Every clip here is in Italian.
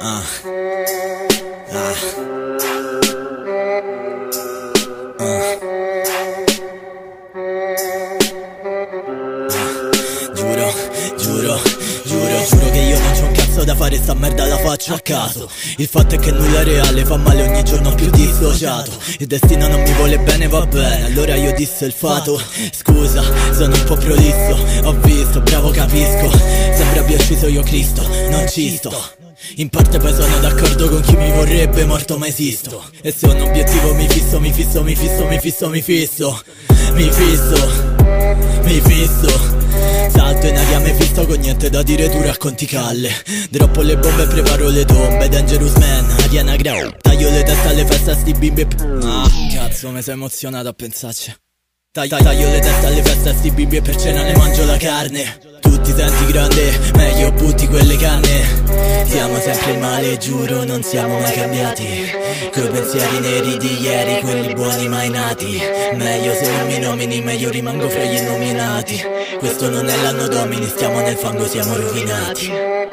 Giuro che io non c'ho un cazzo da fare, sta merda la faccio a caso. Il fatto è che nulla è reale, fa male ogni giorno più dissociato. Il destino non mi vuole bene, va bene, allora io disse il fato. Scusa, sono un po' prolisso, ho visto, bravo capisco. Sembra abbia ucciso io Cristo, non ci sto. In parte poi sono d'accordo con chi mi vorrebbe morto ma esisto. E se ho un obiettivo mi fisso. Salto in aria Mephisto con niente da dire, tu racconti calle. Droppo le bombe e preparo le tombe. Dangerous Man, Ariana Grau. Taglio le teste alle feste a sti bimbi. Cazzo, mi sei emozionato a pensarci. Taglio le teste alle feste a sti bimbi e per cena ne mangio la carne. Tu ti senti grande, meglio butti quelle canne. Siamo sempre il male, giuro, non siamo mai cambiati. Coi pensieri neri di ieri, quelli buoni mai nati. Meglio se non mi nomini, meglio rimango fra gli innominati. Questo non è l'anno domini, stiamo nel fango, siamo rovinati.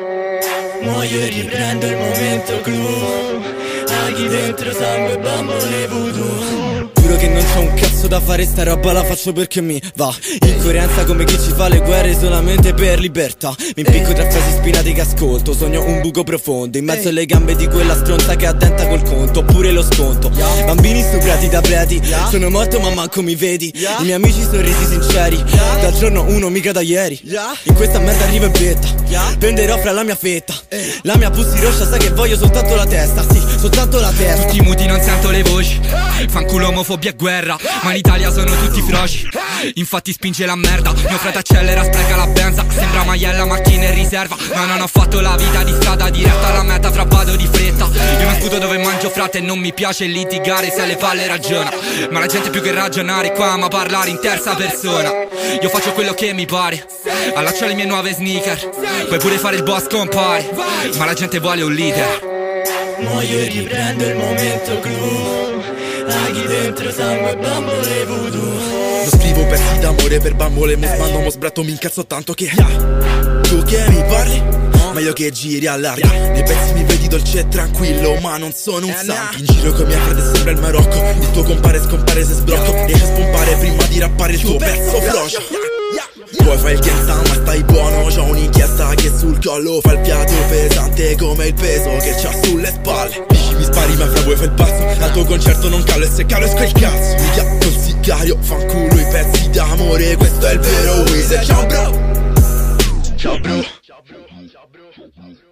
Muoio e riprendo il momento clou. Aghi dentro sangue, bambole voodoo. Giuro che non c'ho un cazzo da fare, sta roba la faccio perché mi va. In coerenza come chi ci fa le guerre solamente per libertà. Mi impicco tra frasi spinate che ascolto. Sogno un buco profondo in mezzo alle gambe di quella stronza che addenta col conto, oppure lo sconto. Bambini stuprati da preti, sono morto ma manco mi vedi. I miei amici sono resi sinceri, dal giorno uno mica da ieri. In questa merda arrivo e betta, prenderò fra la mia fetta. La mia pussy roscia sa che voglio soltanto la testa, sì, soltanto la testa. Tutti muti non sento le voci, fanculo omofobia e guerra, ma in Italia sono tutti froci. Infatti spinge la merda, mio frate accelera, spreca la benza. Sembra maiella, macchina in riserva, ma non ho fatto la vita di strada diretta alla meta, fra vado di fretta. Io mi sputo dove mangio frate e non mi piace litigare, se alle palle ragiona. Ma la gente più che ragionare qua ama parlare in terza persona. Io faccio quello che mi pare, allaccio le mie nuove sneaker, puoi pure fare il boss compare, ma la gente vuole un leader. Muoio e riprendo il momento clou. Aghi dentro sangue, bambole voodoo. Lo scrivo pezzi d'amore per bambole, mo sbando, mo sbratto, mi incazzo tanto che tu che mi parli, meglio che giri allarga. Nei pezzi mi vedi dolce e tranquillo, ma non sono un santo. In giro con mia frate sembra il Marocco, il tuo compare scompare se sbrocco. Riesci a spompare prima di rappare il tuo pezzo frocio. Poi fai il gangsta ma stai buono, c'ho un'inchiesta che sul collo fa il fiato pesante come il peso che c'ha sulle spalle. Dici mi spari ma fra voi fai il pazzo, al tuo concerto non calo e se calo esco il cazzo. Mi chiamo il sicario, fanculo i pezzi d'amore, questo è il vero Wiz. Ciao bro. Ciao bro.